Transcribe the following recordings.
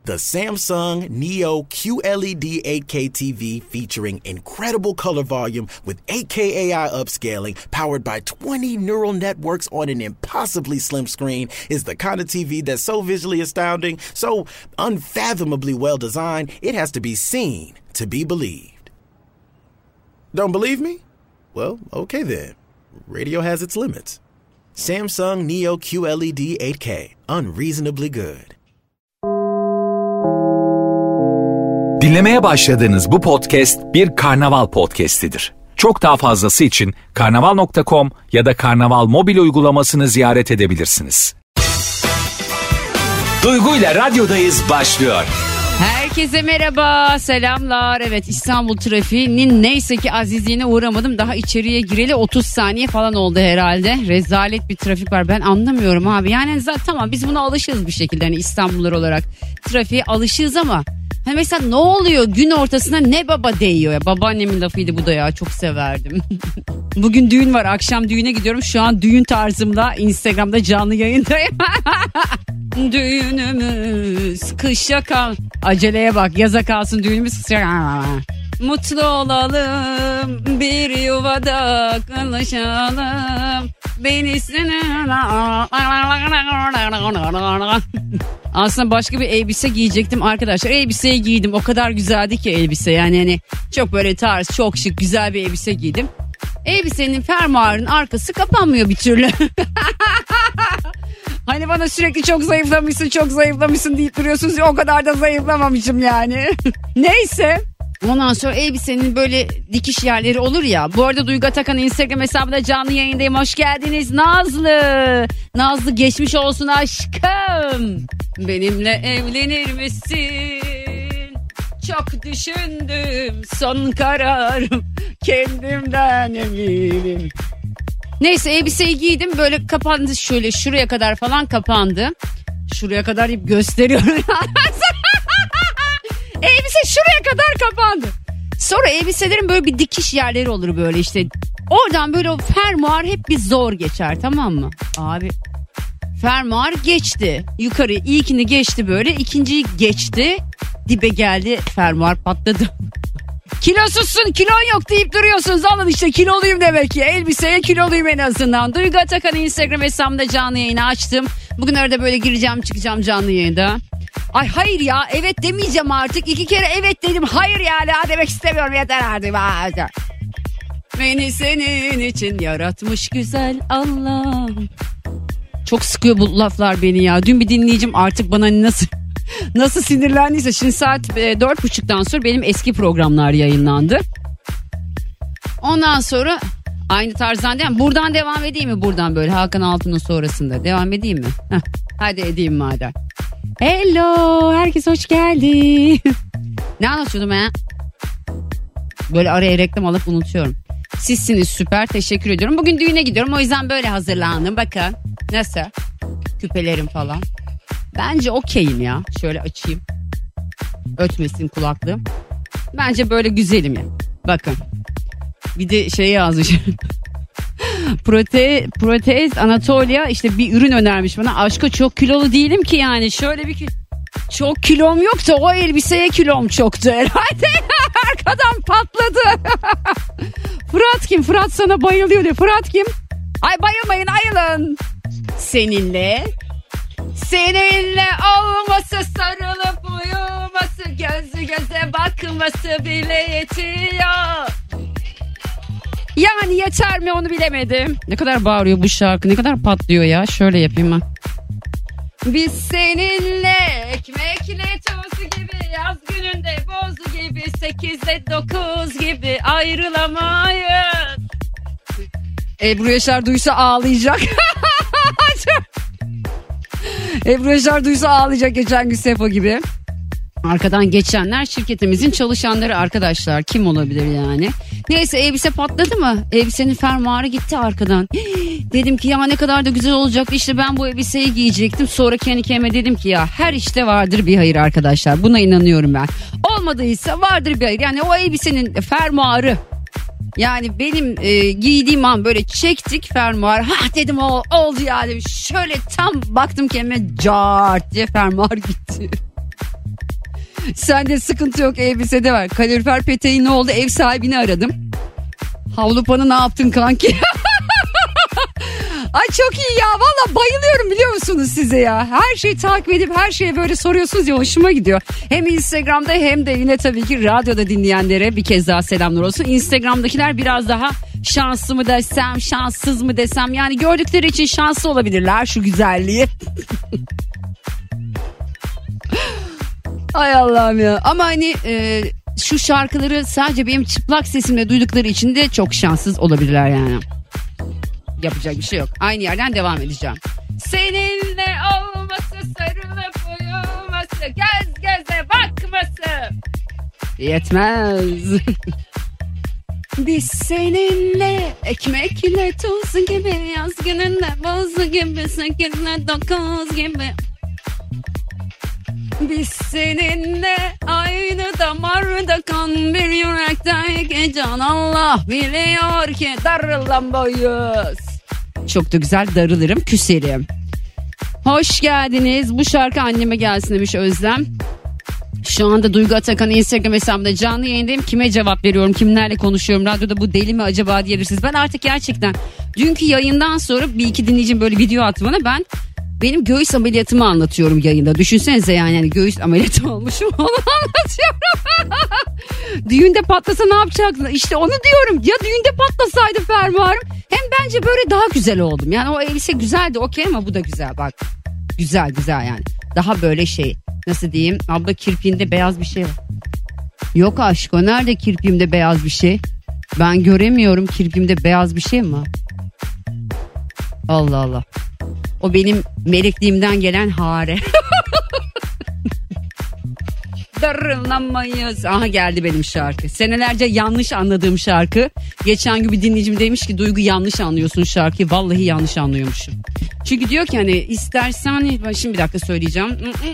The Samsung Neo QLED 8K TV featuring incredible color volume with 8K AI upscaling powered by 20 neural networks on an impossibly slim screen is the kind of TV that's so visually astounding, so unfathomably well designed, it has to be seen to be believed. Don't believe me? Well, okay then. Radio has its limits. Samsung Neo QLED 8K. Unreasonably good. Dinlemeye başladığınız bu podcast bir Karnaval podcastidir. Çok daha fazlası için karnaval.com ya da Karnaval mobil uygulamasını ziyaret edebilirsiniz. Duygu ile radyodayız başlıyor. Herkese merhaba, selamlar. Evet, İstanbul trafiğinin neyse ki azizliğine uğramadım. Daha içeriye gireli 30 saniye falan oldu herhalde. Rezalet bir trafik var. Ben anlamıyorum abi. Yani zaten tamam, biz buna alışığız bir şekilde. Hani İstanbullular olarak trafiğe alışığız ama hani mesela ne oluyor gün ortasına ne baba değiyor ya. Babaannemin lafıydı bu da ya, çok severdim. Bugün düğün var, akşam düğüne gidiyorum. Şu an düğün tarzımda Instagram'da canlı yayındayım. Düğünümüz kışa kal. Aceleye bak, yaza kalsın düğünümüz. Mutlu olalım, bir yuvada kılışalım. Beni aslında başka bir elbise giyecektim arkadaşlar. Elbiseyi giydim, o kadar güzeldi ki elbise. Yani hani çok böyle tarz, çok şık, güzel bir elbise giydim. Elbisenin fermuarının arkası kapanmıyor bir türlü. Hani bana sürekli çok zayıflamışsın deyip duruyorsunuz ya, o kadar da zayıflamamışım yani. Neyse. Ondan sonra elbisenin böyle dikiş yerleri olur ya. Bu arada Duygu Atakan Instagram hesabında canlı yayındayım. Hoş geldiniz Nazlı. Nazlı geçmiş olsun aşkım. Benimle evlenir misin? Çok düşündüm, son kararım. Kendimden eminim. Neyse, elbiseyi giydim, böyle kapandı, şöyle şuraya kadar falan kapandı. Şuraya kadar hep gösteriyorum. Elbise şuraya kadar kapandı. Sonra elbiselerin böyle bir dikiş yerleri olur böyle işte. Oradan böyle o fermuar hep bir zor geçer, tamam mı? Abi fermuar geçti. Yukarı ilkini geçti böyle, ikinciyi geçti. Dibe geldi, fermuar patladı. Kilosuzsun, kilon yok deyip duruyorsunuz. Alın işte, kiloluyum demek ki. Elbiseye kiloluyum en azından. Duygu Atakan Instagram hesabımda canlı yayını açtım. Bugün arada böyle gireceğim çıkacağım canlı yayında. Ay hayır ya, evet demeyeceğim artık. 2 kere evet dedim, hayır ya demek istemiyorum, yeter artık. Beni senin için yaratmış güzel Allah. Çok sıkıyor bu laflar beni ya. Dün bir dinleyicim artık bana nasıl sinirlendiyse. Şimdi saat 4.30'dan sonra benim eski programlar yayınlandı. Ondan sonra aynı tarzdan değil mi? Buradan devam edeyim mi? Buradan böyle Hakan Altun'un sonrasında devam edeyim mi? Heh, hadi edeyim madem. Hello, herkes hoş geldi. Ne anlatıyordum ya? Böyle araya reklam alıp unutuyorum. Sizsiniz, süper, teşekkür ediyorum. Bugün düğüne gidiyorum, o yüzden böyle hazırlandım. Bakın nasıl? Küpelerim falan. Bence okeyim ya. Şöyle açayım. Ötmesin kulaklığım. Bence böyle güzelim ya. Bakın. Bir de şey yazmış. Protez Anatolia işte bir ürün önermiş bana. Aşko çok kilolu değilim ki yani. Şöyle bir çok kilom yoktu. O elbiseye kilom çoktu herhalde. Arkadan patladı. Fırat kim? Fırat sana bayılıyor diyor. Fırat kim? Ay bayılmayın, ayılın. Seninle olması, sarılıp uyuması, gözü göze bakması bile yetiyor. Yani yeter mi onu bilemedim. Ne kadar bağırıyor bu şarkı, ne kadar patlıyor ya. Şöyle yapayım ha. Biz seninle ekmekle tozu gibi, yaz gününde bozu gibi, 8'de 9 gibi ayrılamayız. Ebru Yaşar duysa ağlayacak. Ebru Yaşar duysa ağlayacak geçen gün Sefo gibi. Arkadan geçenler şirketimizin çalışanları arkadaşlar. Kim olabilir yani? Neyse, elbise patladı mı? Elbisenin fermuarı gitti arkadan. Dedim ki ya ne kadar da güzel olacaktı. İşte ben bu elbiseyi giyecektim. Sonra kendi kendime dedim ki ya her işte vardır bir hayır arkadaşlar. Buna inanıyorum ben. Olmadıysa vardır bir hayır. Yani o elbisenin fermuarı. Yani benim giydiğim an böyle çektik fermuar. Ha dedim oldu ya dedim. Şöyle tam baktım kendime, cart diye fermuar gitti. Sende sıkıntı yok, elbisede var. Kalorifer peteği ne oldu? Ev sahibini aradım. Havlupanı ne yaptın kanki? Ay çok iyi ya, valla bayılıyorum biliyor musunuz size ya. Her şeyi takip edip her şeye böyle soruyorsunuz ya, hoşuma gidiyor. Hem Instagram'da hem de yine tabii ki radyoda dinleyenlere bir kez daha selamlar olsun. Instagram'dakiler biraz daha şanslı mı desem, şanssız mı desem, yani gördükleri için şanslı olabilirler şu güzelliği. Ay Allah'ım ya, ama hani şu şarkıları sadece benim çıplak sesimle duydukları için de çok şanssız olabilirler yani. Yapacak bir şey yok. Aynı yerden devam edeceğim. Seninle olması, sarılıp uyuması, göz göze bakması yetmez. Biz seninle ekmekle tuz gibi, yaz gününde buz gibi, 8'le 9 gibi. Biz seninle aynı damarda kan, bir yürekteki can, Allah biliyor ki darılamayız. Çok da güzel darılırım, küserim. Hoş geldiniz. Bu şarkı anneme gelsin demiş Özlem. Şu anda Duygu Atakan'ın Instagram hesabında canlı yayındayım. Kime cevap veriyorum, kimlerle konuşuyorum, radyoda bu deli mi acaba diyebilirsiniz. Ben artık gerçekten dünkü yayından sonra bir iki dinleyicim böyle video attı bana. Benim göğüs ameliyatımı anlatıyorum yayında. Düşünsenize yani göğüs ameliyatı olmuşum, onu anlatıyorum. Düğünde patlasa ne yapacaksın? İşte onu diyorum. Ya düğünde patlasaydı fermuarım. Hem bence böyle daha güzel oldum. Yani o elbise güzeldi, okey, ama bu da güzel bak. Güzel yani. Daha böyle şey, nasıl diyeyim? Abla kirpiğinde beyaz bir şey var. Yok aşko, nerede kirpiğimde beyaz bir şey? Ben göremiyorum, kirpiğimde beyaz bir şey mi var? Allah Allah. O benim melekliğimden gelen hare. Darılamayız. Aha geldi benim şarkı. Senelerce yanlış anladığım şarkı. Geçen gün bir dinleyicim demiş ki Duygu yanlış anlıyorsun şarkıyı. Vallahi yanlış anlıyormuşum. Çünkü diyor ki hani istersen, şimdi bir dakika söyleyeceğim.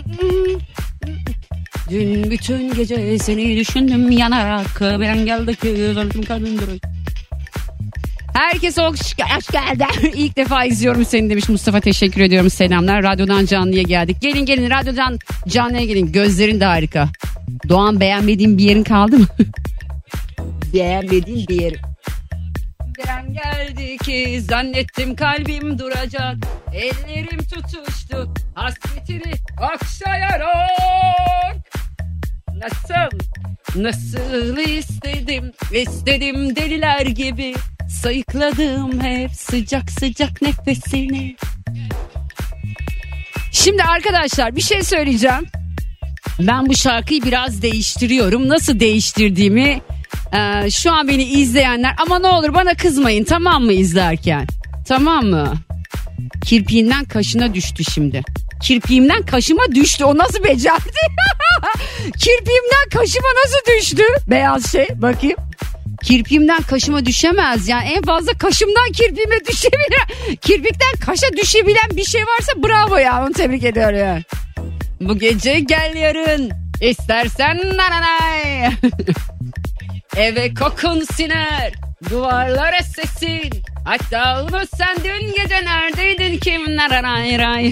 Dün bütün gece seni düşündüm yanarak, ben geldik kalbim duruyor. Herkes hoş geldi. İlk defa izliyorum seni demiş Mustafa, teşekkür ediyorum, selamlar. Radyodan canlıya geldik. Gelin radyodan canlıya gelin. Gözlerin de harika. Doğan, beğenmediğin bir yerin kaldı mı? Beğenmediğin bir yerin. Ben geldi ki zannettim kalbim duracak. Ellerim tutuştu hasretini okşayarak. Nasıl istedim deliler gibi. Sayıkladım hep sıcak sıcak nefesini. Şimdi arkadaşlar bir şey söyleyeceğim. Ben bu şarkıyı biraz değiştiriyorum. Nasıl değiştirdiğimi şu an beni izleyenler, ama ne olur bana kızmayın, tamam mı, izlerken? Tamam mı? Kirpiğinden kaşına düştü şimdi. Kirpiğimden kaşıma düştü. O nasıl becerdi? Kirpiğimden kaşıma nasıl düştü? Beyaz şey, bakayım. Kirpiğimden kaşıma düşemez. Yani en fazla kaşımdan kirpiğime düşebilir. Kirpikten kaşa düşebilen bir şey varsa bravo ya. Onu tebrik ediyorum ya. Bu gece gel yarın. İstersen nananay. Eve kokun siner. Duvarlara sesin. Hatta onu sen dün gece neredeydin kim nananay ray.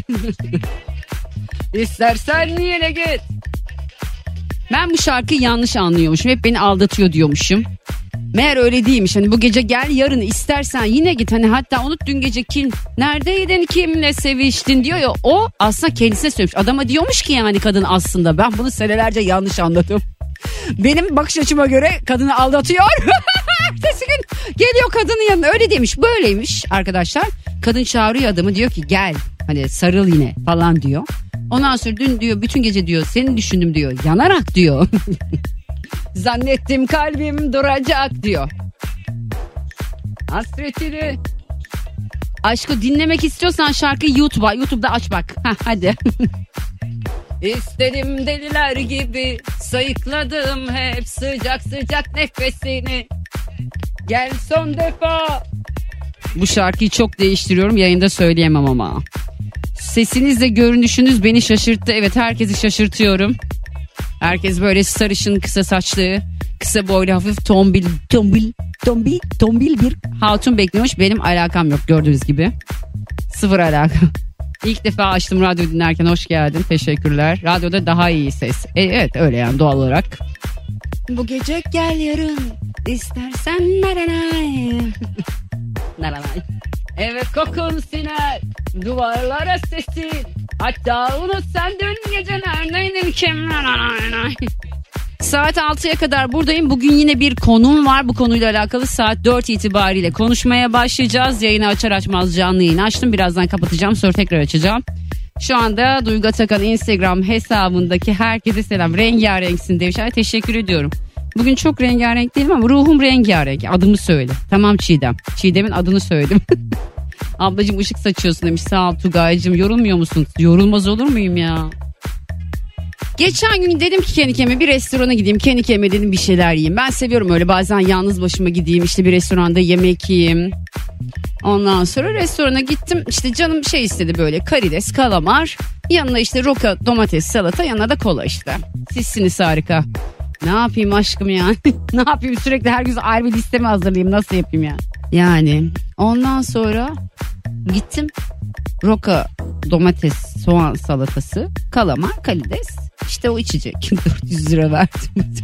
İstersen yine git. Ben bu şarkıyı yanlış anlıyormuşum. Hep beni aldatıyor diyormuşum. Meğer öyle değilmiş. Hani bu gece gel yarın istersen yine git. Hani hatta unut dün gece kim neredeydin, kimle seviştin diyor ya. O aslında kendisine söylemiş. Adama diyormuş ki yani kadın aslında. Ben bunu senelerce yanlış anladım. Benim bakış açıma göre kadını aldatıyor. Ertesi gün geliyor kadının yanına, öyle demiş böyleymiş arkadaşlar. Kadın çağırıyor adamı, diyor ki gel hani sarıl yine falan diyor. Ondan sonra dün diyor bütün gece diyor seni düşündüm diyor, yanarak diyor. Zannettim kalbim duracak diyor. Hasretini. Aşkı dinlemek istiyorsan şarkıyı YouTube'da aç bak. Hadi. İstedim deliler gibi, sayıkladım hep sıcak sıcak nefesini. Gel son defa. Bu şarkıyı çok değiştiriyorum, yayında söyleyemem ama. Sesinizle görünüşünüz beni şaşırttı. Evet, herkesi şaşırtıyorum. Herkes böyle sarışın, kısa saçlı, kısa boylu, hafif tombil bir hatun bekliyormuş. Benim alakam yok gördüğünüz gibi. Sıfır alaka. İlk defa açtım radyo dinlerken, hoş geldin, teşekkürler. Radyoda daha iyi ses. Evet öyle yani, doğal olarak. Bu gece gel yarın istersen naranay. Naranay. Evet kokun siner duvarlara sesin. Hatta unut sen dün gece neredeydin kim naranay. Saat 6'ya kadar buradayım. Bugün yine bir konum var. Bu konuyla alakalı saat 4 itibariyle konuşmaya başlayacağız. Yayını açar açmaz canlı yayın açtım. Birazdan kapatacağım, sonra tekrar açacağım. Şu anda Duygu Atakan Instagram hesabındaki herkese selam. Rengarenksin demiş. Ay, teşekkür ediyorum. Bugün çok rengarenk değilim ama ruhum rengarenk. Adımı söyle. Tamam Çiğdem. Çiğdem'in adını söyledim. Ablacığım ışık saçıyorsun demiş. Sağ ol Tugay'cığım. Yorulmuyor musun? Yorulmaz olur muyum ya? Geçen gün dedim ki kendi kendime bir restorana gideyim. Kendi kendime dedim bir şeyler yiyeyim. Ben seviyorum öyle, bazen yalnız başıma gideyim. İşte bir restoranda yemek yiyeyim. Ondan sonra restorana gittim. İşte canım şey istedi, böyle karides, kalamar. Yanına işte roka, domates, salata. Yanına da kola işte. Sizsiniz harika. Ne yapayım aşkım yani? Ne yapayım, sürekli her gün ayrı bir listemi hazırlayayım. Nasıl yapayım yani? Yani ondan sonra gittim. Roka, domates, soğan salatası, kalamar, karides. İşte o içecek. 400 lira verdim.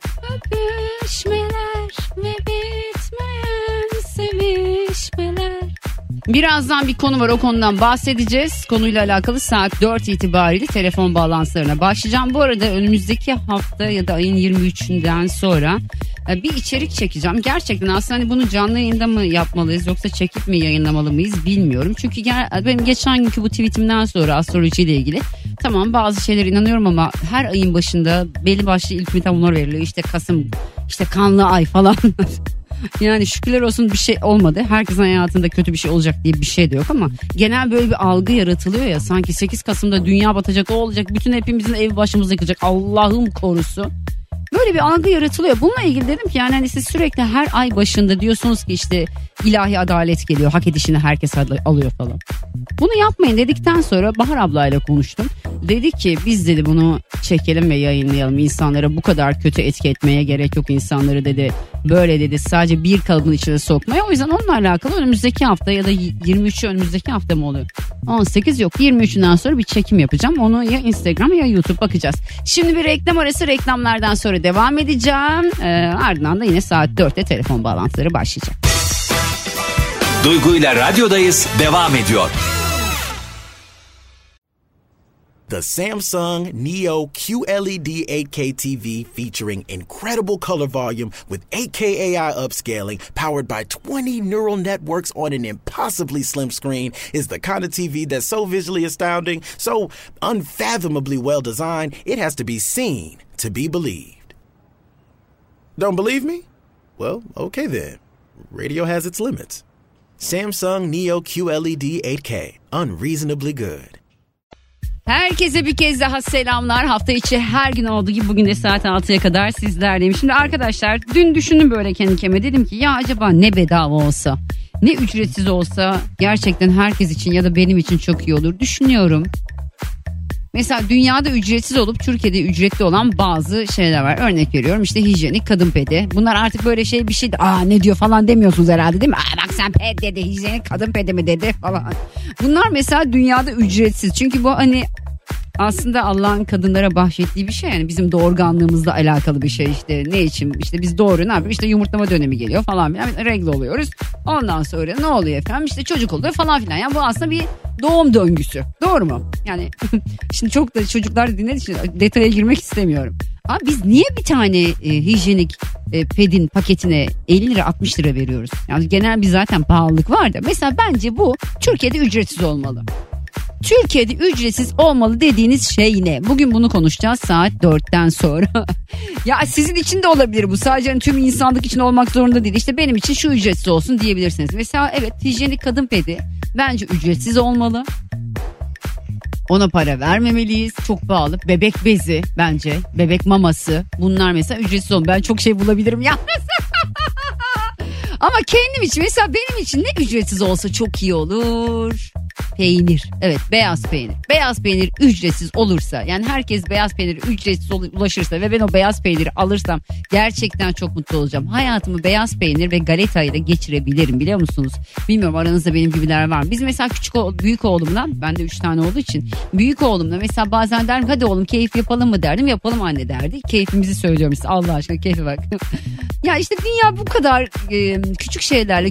Öpüşmeler ve bitmeyen sevişmeler. Birazdan bir konu var, o konudan bahsedeceğiz. Konuyla alakalı saat 4 itibariyle telefon bağlantılarına başlayacağım. Bu arada önümüzdeki hafta ya da ayın 23'ünden sonra bir içerik çekeceğim. Gerçekten aslında hani bunu canlı yayında mı yapmalıyız yoksa çekip mi yayınlamalı mıyız bilmiyorum. Çünkü benim geçen günkü bu tweetimden sonra astrolojiyle ilgili tamam bazı şeylere inanıyorum ama her ayın başında belli başlı ultimatomlar veriliyor. İşte Kasım, işte kanlı ay falan. Yani şükürler olsun bir şey olmadı. Herkesin hayatında kötü bir şey olacak diye bir şey de yok ama genel böyle bir algı yaratılıyor ya, sanki 8 Kasım'da dünya batacak, o olacak, bütün hepimizin evi başımıza yıkacak, Allah'ım korusun. Böyle bir algı yaratılıyor. Bununla ilgili dedim ki yani hani siz sürekli her ay başında diyorsunuz ki işte ilahi adalet geliyor, hak edişini herkes alıyor falan. Bunu yapmayın dedikten sonra Bahar ablayla konuştum. Dedi ki biz dedi bunu çekelim ve yayınlayalım. İnsanlara bu kadar kötü etki etmeye gerek yok, insanları dedi. Böyle dedi sadece bir kalıbın içine sokmaya. O yüzden onunla alakalı önümüzdeki hafta ya da 23'ü önümüzdeki hafta mı oluyor? 18 yok, 23'ünden sonra bir çekim yapacağım. Onu ya Instagram ya YouTube bakacağız. Şimdi bir reklam arası, reklamlardan sonra devam edeceğim. Ardından da yine saat 4'te telefon bağlantıları başlayacak. Duygu ile radyodayız devam ediyor. The Samsung Neo QLED 8K TV featuring incredible color volume with 8K AI upscaling powered by 20 neural networks on an impossibly slim screen is the kind of TV that's so visually astounding, so unfathomably well designed, it has to be seen to be believed. Don't believe me? Well, okay then. Radio has its limits. Samsung Neo QLED 8K, unreasonably good. Herkese bir kez daha selamlar. Hafta içi her gün olduğu gibi bugün de saat 6'ya kadar sizlerleyim. Şimdi arkadaşlar dün düşündüm böyle kendi kendime, dedim ki ya acaba ne bedava olsa, ne ücretsiz olsa gerçekten herkes için ya da benim için çok iyi olur düşünüyorum. Mesela dünyada ücretsiz olup Türkiye'de ücretli olan bazı şeyler var. Örnek veriyorum işte hijyenik kadın pedi. Bunlar artık böyle şey bir şey. Ne diyor falan demiyorsunuz herhalde değil mi? Bak sen ped dedi, hijyenik kadın pedi mi dedi falan. Bunlar mesela dünyada ücretsiz. Çünkü bu hani aslında Allah'ın kadınlara bahşettiği bir şey, yani bizim doğurganlığımızla alakalı bir şey. İşte ne için işte biz doğru ne yapıyoruz, işte yumurtlama dönemi geliyor falan filan, regle oluyoruz, ondan sonra ne oluyor efendim, işte çocuk oluyor falan filan. Yani bu aslında bir doğum döngüsü, doğru mu? Yani şimdi çok da çocuklar dinlediği için detaya girmek istemiyorum. Abi biz niye bir tane hijyenik pedin paketine 50 lira 60 lira veriyoruz? Yani genel bir zaten pahalılık var da, mesela bence bu Türkiye'de ücretsiz olmalı. Türkiye'de ücretsiz olmalı dediğiniz şey ne? Bugün bunu konuşacağız saat 4'ten sonra. Ya sizin için de olabilir bu. Sadece tüm insanlık için olmak zorunda değil. İşte benim için şu ücretsiz olsun diyebilirsiniz. Mesela evet, hijyenik kadın pedi bence ücretsiz olmalı. Ona para vermemeliyiz. Çok pahalı. Bebek bezi bence. Bebek maması. Bunlar mesela ücretsiz olmalı. Ben çok şey bulabilirim yalnız. Ama kendim için mesela benim için ne ücretsiz olsa çok iyi olur. peynir. Evet, beyaz peynir. Beyaz peynir ücretsiz olursa, yani herkes beyaz peyniri ücretsiz ulaşırsa ve ben o beyaz peyniri alırsam gerçekten çok mutlu olacağım. Hayatımı beyaz peynir ve galeta ile geçirebilirim, biliyor musunuz? Bilmiyorum, aranızda benim gibiler var mı? Biz mesela büyük oğlumla, bende 3 tane olduğu için büyük oğlumla mesela bazen derim hadi oğlum keyif yapalım mı derdim. Yapalım anne derdi. Keyfimizi söylüyorum işte, Allah aşkına keyfe bak. Ya işte dünya bu kadar küçük şeylerle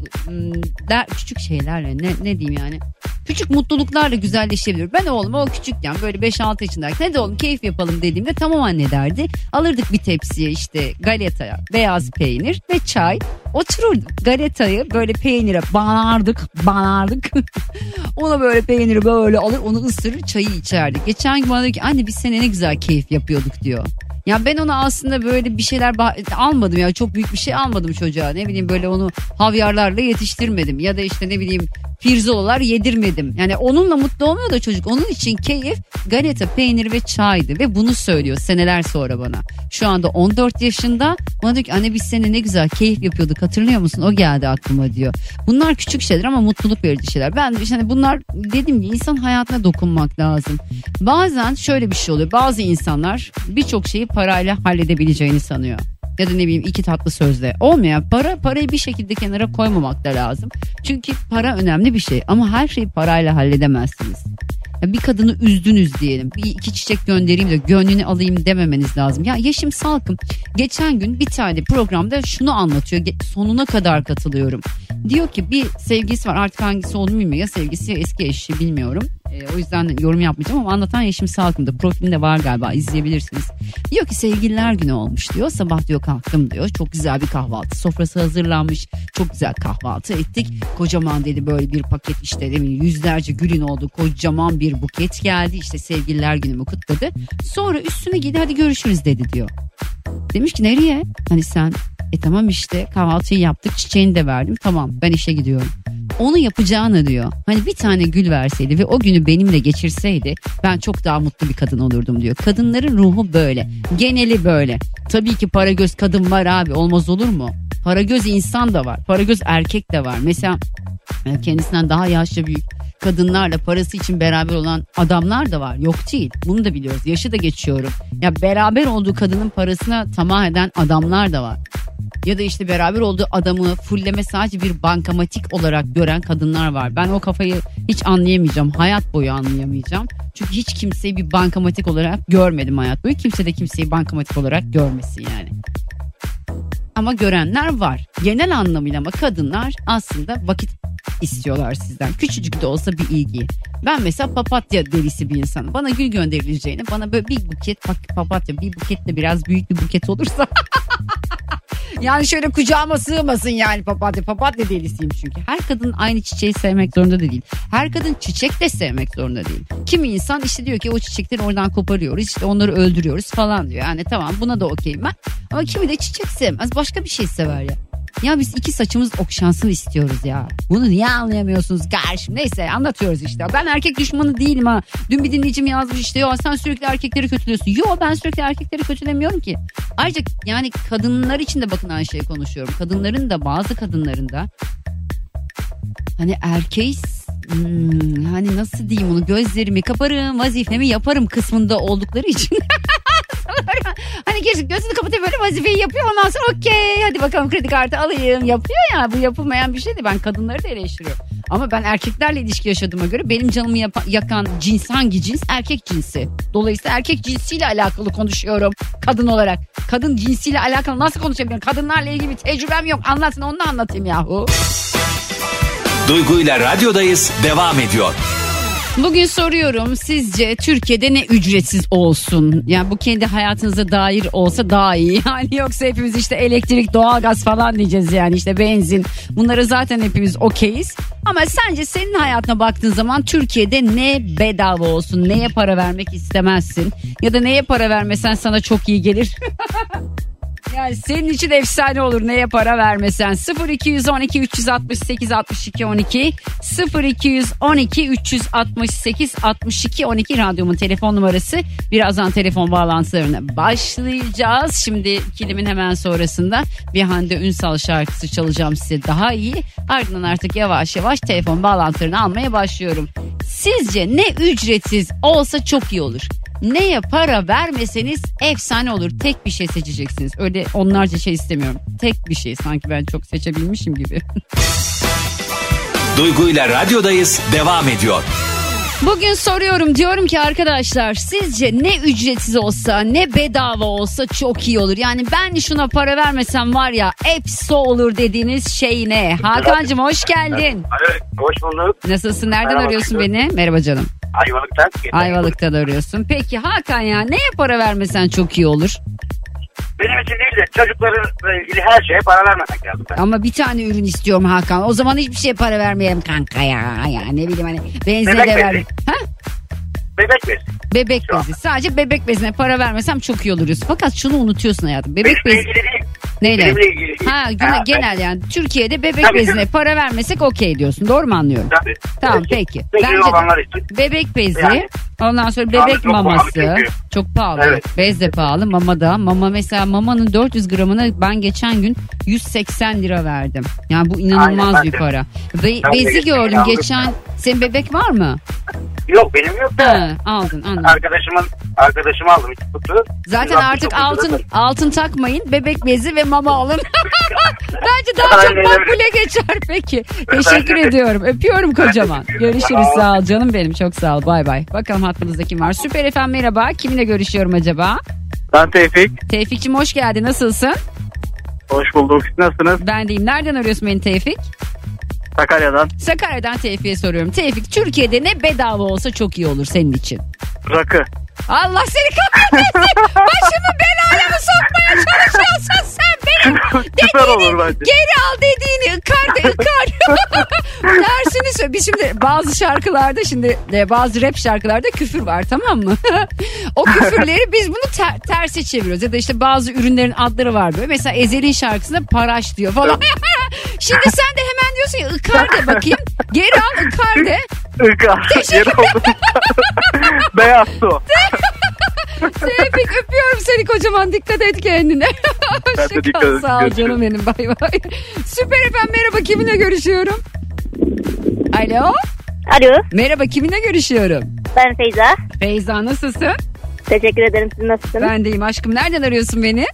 küçük şeylerle ne diyeyim yani, küçük mutluluklarla güzelleşebilir. Ben oğluma o küçükken böyle 5-6 yaşındayken hadi oğlum keyif yapalım dediğimde tamam anne derdi. Alırdık bir tepsiye işte galetaya beyaz peynir ve çay, otururduk galetayı böyle peynire banardık ona böyle peyniri böyle alır onu ısırır çayı içerdik. Geçen gün bana diyor ki anne biz seninle ne güzel keyif yapıyorduk diyor. Ya ben ona aslında böyle bir şeyler almadım ya, çok büyük bir şey almadım çocuğa, ne bileyim böyle onu havyarlarla yetiştirmedim ya da işte ne bileyim pirzolalar yedirmedim. Yani onunla mutlu olmuyor da çocuk, onun için keyif galeta, peynir ve çaydı ve bunu söylüyor seneler sonra bana. Şu anda 14 yaşında bana diyor ki anne biz seninle ne güzel keyif yapıyorduk hatırlıyor musun, o geldi aklıma diyor. Bunlar küçük şeyler ama mutluluk verici şeyler. Ben işte hani bunlar dediğim gibi insan hayatına dokunmak lazım. Bazen şöyle bir şey oluyor, bazı insanlar birçok şeyi parayla halledebileceğini sanıyor. Ya da ne bileyim 2 tatlı sözle. Olmuyor. Parayı bir şekilde kenara koymamak da lazım. Çünkü para önemli bir şey ama her şeyi parayla halledemezsiniz. Ya bir kadını üzdünüz diyelim. 2 çiçek göndereyim de gönlünü alayım dememeniz lazım. Ya Yeşim Salkım geçen gün bir tane programda şunu anlatıyor. Sonuna kadar katılıyorum. Diyor ki bir sevgilisi var, artık hangisi olduğunu bilmiyorum. Ya sevgisi ya eski eşi bilmiyorum. O yüzden yorum yapmayacağım ama anlatan Yeşim Salkım'da profilinde var galiba, izleyebilirsiniz. Diyor ki sevgililer günü olmuş diyor. Sabah diyor kalktım diyor. Çok güzel bir kahvaltı sofrası hazırlanmış. Çok güzel kahvaltı ettik. Kocaman dedi böyle bir paket işte demin yüzlerce gülün oldu. Kocaman bir buket geldi. İşte sevgililer günümü kutladı. Sonra üstüne giydi hadi görüşürüz dedi diyor. Demiş ki nereye? Hani sen tamam işte kahvaltıyı yaptık çiçeğini de verdim tamam ben işe gidiyorum. Onu yapacağını diyor. Hani bir tane gül verseydi ve o günü benimle geçirseydi ben çok daha mutlu bir kadın olurdum diyor. Kadınların ruhu böyle. Geneli böyle. Tabii ki para göz kadın var abi, olmaz olur mu? Para göz insan da var. Para göz erkek de var. Mesela kendisinden daha yaşça büyük kadınlarla parası için beraber olan adamlar da var. Yok değil. Bunu da biliyoruz. Yaşı da geçiyorum. Ya beraber olduğu kadının parasına tamah eden adamlar da var. Ya da işte beraber olduğu adamı fulleme sadece bir bankamatik olarak gören kadınlar var. Ben o kafayı hiç anlayamayacağım. Hayat boyu anlayamayacağım. Çünkü hiç kimseyi bir bankamatik olarak görmedim hayat boyu. Kimse de kimseyi bankamatik olarak görmesin yani. Ama görenler var. Genel anlamıyla ama kadınlar aslında vakit istiyorlar sizden. Küçücük de olsa bir ilgi. Ben mesela papatya delisi bir insanım. Bana gül gönderileceğine bana böyle bir buket papatya, bir buket de biraz büyük bir buket olursa yani şöyle kucağıma sığmasın yani papatya delisiyim çünkü. Her kadın aynı çiçeği sevmek zorunda değil. Her kadın çiçek de sevmek zorunda değil. Kimi insan işte diyor ki o çiçekleri oradan koparıyoruz, işte onları öldürüyoruz falan diyor. Yani tamam buna da okeyim ben. Ama kimi de çiçek sevmez, başka bir şey sever ya. Ya biz iki saçımız okşansın istiyoruz ya. Bunu niye anlayamıyorsunuz kardeşim? Neyse anlatıyoruz işte. Ben erkek düşmanı değilim ha. Dün bir dinleyicim yazmış işte ya sen sürekli erkekleri kötülüyorsun. Yo ben sürekli erkekleri kötülemiyorum ki. Ayrıca yani kadınlar için de bakın aynı şeyi konuşuyorum. Kadınların da bazı kadınların da hani erkeğiz hani nasıl diyeyim onu, gözlerimi kaparım vazifemi yaparım kısmında oldukları için. Hani gözünü kapatıp böyle vazifeyi yapıyor, ondan sonra okey hadi bakalım kredi kartı alayım yapıyor ya, bu yapılmayan bir şeydi. Ben kadınları da eleştiriyorum ama ben erkeklerle ilişki yaşadığıma göre benim canımı yakan cins hangi cins? Erkek cinsi. Dolayısıyla erkek cinsiyle alakalı konuşuyorum kadın olarak. Kadın cinsiyle alakalı nasıl konuşabilirim? Kadınlarla ilgili bir tecrübem yok, anlatın onu da anlatayım yahu. Duygu ile radyodayız devam ediyor. Bugün soruyorum, sizce Türkiye'de ne ücretsiz olsun? Yani bu kendi hayatınıza dair olsa daha iyi. Yani yoksa hepimiz işte elektrik, doğalgaz falan diyeceğiz yani işte benzin. Bunlara zaten hepimiz okeyiz. Ama sence senin hayatına baktığın zaman Türkiye'de ne bedava olsun? Neye para vermek istemezsin? Ya da neye para vermesen sana çok iyi gelir? Yani senin için efsane olur neye para vermesen. 0212 368 62 12 0212 368 62 12 radyomun telefon numarası. Birazdan telefon bağlantılarına başlayacağız. Şimdi kilimin hemen sonrasında bir Hande Ünsal şarkısı çalacağım size daha iyi. Ardından artık yavaş yavaş telefon bağlantılarını almaya başlıyorum. Sizce ne ücretsiz olsa çok iyi olur? Neye para vermeseniz efsane olur. Tek bir şey seçeceksiniz. Öyle onlarca şey istemiyorum. Tek bir şey. Sanki ben çok seçebilmişim gibi. Duygu ile radyodayız devam ediyor. Bugün soruyorum, diyorum ki arkadaşlar, sizce ne ücretsiz olsa ne bedava olsa çok iyi olur. Yani ben şuna para vermesem var ya efso olur dediğiniz şey ne? Hakan'cığım hoş geldin. Evet, hoş bulduk. Nasılsın? Nereden Merhaba, arıyorsun kızım. beni? Merhaba canım. Ayvalık'tan. Ayvalık'tan arıyorsun. Peki Hakan ya neye para vermesen çok iyi olur? Benim için değil de çocuklarla ilgili her şeye para vermemek lazım. Ama bir tane ürün istiyorum Hakan. O zaman hiçbir şeye para vermeyelim kanka ya. Ya ne bileyim hani benzine Bebek de bezi. ver. Ha? Bebek bezi. Bebek Şu bezi. Sadece bebek bezine para vermesem çok iyi olur diyorsun. Fakat şunu unutuyorsun hayatım. Bebek Benimle bezi. ilgili değil. Neyle? Benimle ilgili değil. Ha, genel yani. Türkiye'de bebek Tabii, bezine tabii. para vermesek okey diyorsun. Doğru mu anlıyorum? Tabii. Tamam peki. Bence olanlar için. Bebek bezi, Yani. ondan sonra Pahalı, bebek çok pahalı maması. çünkü. Çok pahalı. Evet. Bez de pahalı, mama da. Mama mesela mamanın 400 gramına ben geçen gün 180 lira verdim. Yani bu inanılmaz Aynen, bir ben de. para. Ben de Bezi geçen gördüm aldım. geçen. Senin bebek var mı? Yok benim yok da. Ha, aldın anladım. Arkadaşıma aldım 2 kutu. Zaten 169 artık lira. altın takmayın. Bebek bezi ve mama alın. Bence daha çok Aynen öyle. makbule geçer peki. Teşekkür Bence de. ediyorum. Öpüyorum kocaman. teşekkür ederim. Görüşürüz, Sağ ol. sağ ol canım benim. Çok sağ ol. Bay bay. Bakalım hattımızda kim var? Süper FM merhaba. Kiminle görüşüyorum acaba? Ben Tevfik. Tevfik'cim hoş geldin. Nasılsın? Hoş bulduk. Siz nasılsınız? Ben deyim. Nereden arıyorsun beni Tevfik? Sakarya'dan. Sakarya'dan Tevfik'e soruyorum. Tevfik, Türkiye'de ne bedava olsa çok iyi olur senin için? Rakı. Allah seni kahretsin. Başımı belaya mı sokmaya çalışıyorsun sen benim? Süper olur bence. Geri al dediğini ıkar. Tersini söyle. Biz şimdi bazı şarkılarda bazı rap şarkılarda küfür var, tamam mı? O küfürleri biz bunu terse çeviriyoruz. Ya da işte bazı ürünlerin adları var böyle. Mesela Ezel'in şarkısında paraş diyor falan. Şimdi sen de hemen diyorsun ya ıkar de bakayım. Geri al ıkar de. Irka. Yeri oldu. Beyaz su. Tevfik öpüyorum seni kocaman. Dikkat et kendine. Ben de dikkat Hoşçakal. ederim. Sağ ol Görüşürüz. canım benim. Bay bay. Süper efendim merhaba. Kiminle görüşüyorum? Alo. Alo, Merhaba, kiminle görüşüyorum? ben Feyza. Feyza, nasılsın? Teşekkür ederim. Siz nasılsınız? Ben deyim aşkım. Nereden arıyorsun beni?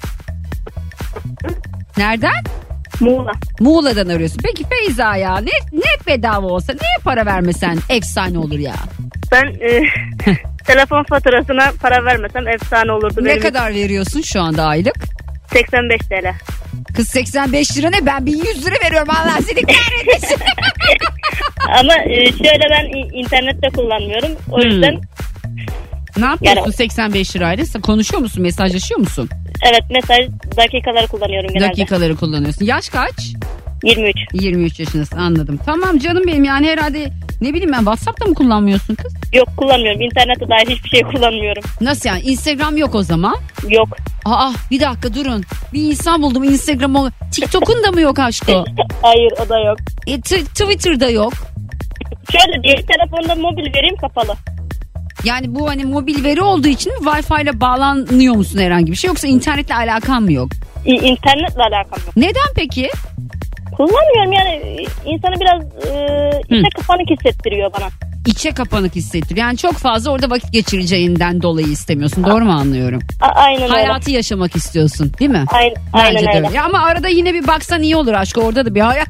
Nereden? Muğla. Muğla'dan arıyorsun. Peki Feyza ya ne bedava olsa neye para vermesen efsane olur ya. Ben telefon faturasına para vermesem efsane olurdu. Ne Benim kadar veriyorsun şu anda aylık? 85 TL. Kız 85 lira ne? Ben 100 lira veriyorum. Allah seni kahretmesin. Ama şöyle ben internette kullanmıyorum. O yüzden Ne yapıyorsun Yani- 85 lirayla? Sen konuşuyor musun? Mesajlaşıyor musun? evet mesaj dakikaları kullanıyorum genelde. Dakikaları kullanıyorsun. Yaş kaç? 23. 23 yaşındasın, anladım. Tamam canım benim, yani herhalde ne bileyim ben, WhatsApp'ta mı kullanmıyorsun kız? Yok kullanmıyorum. İnternette dair hiçbir şey kullanmıyorum. Nasıl yani? Instagram yok o zaman? Yok. Aa bir dakika durun. Bir insan buldum Instagram'ı. TikTok'un da mı yok aşko? Hayır o da yok. Twitter'da yok. Şöyle diye telefonda mobil vereyim kapalı. Yani bu hani mobil veri olduğu için Wi-Fi ile bağlanıyor musun herhangi bir şey, yoksa internetle alakan mı yok? İnternetle alakam yok. Neden peki? Kullanmıyorum yani insanı biraz içe kapanık hissettiriyor bana. İçe kapanık hissettiriyor. Yani çok fazla orada vakit geçireceğinden dolayı istemiyorsun. Doğru mu anlıyorum? Aynen öyle. Hayatı yaşamak istiyorsun değil mi? Aynen Bence de öyle. öyle. Ya ama arada yine bir baksan iyi olur aşkım. Orada da bir hayat.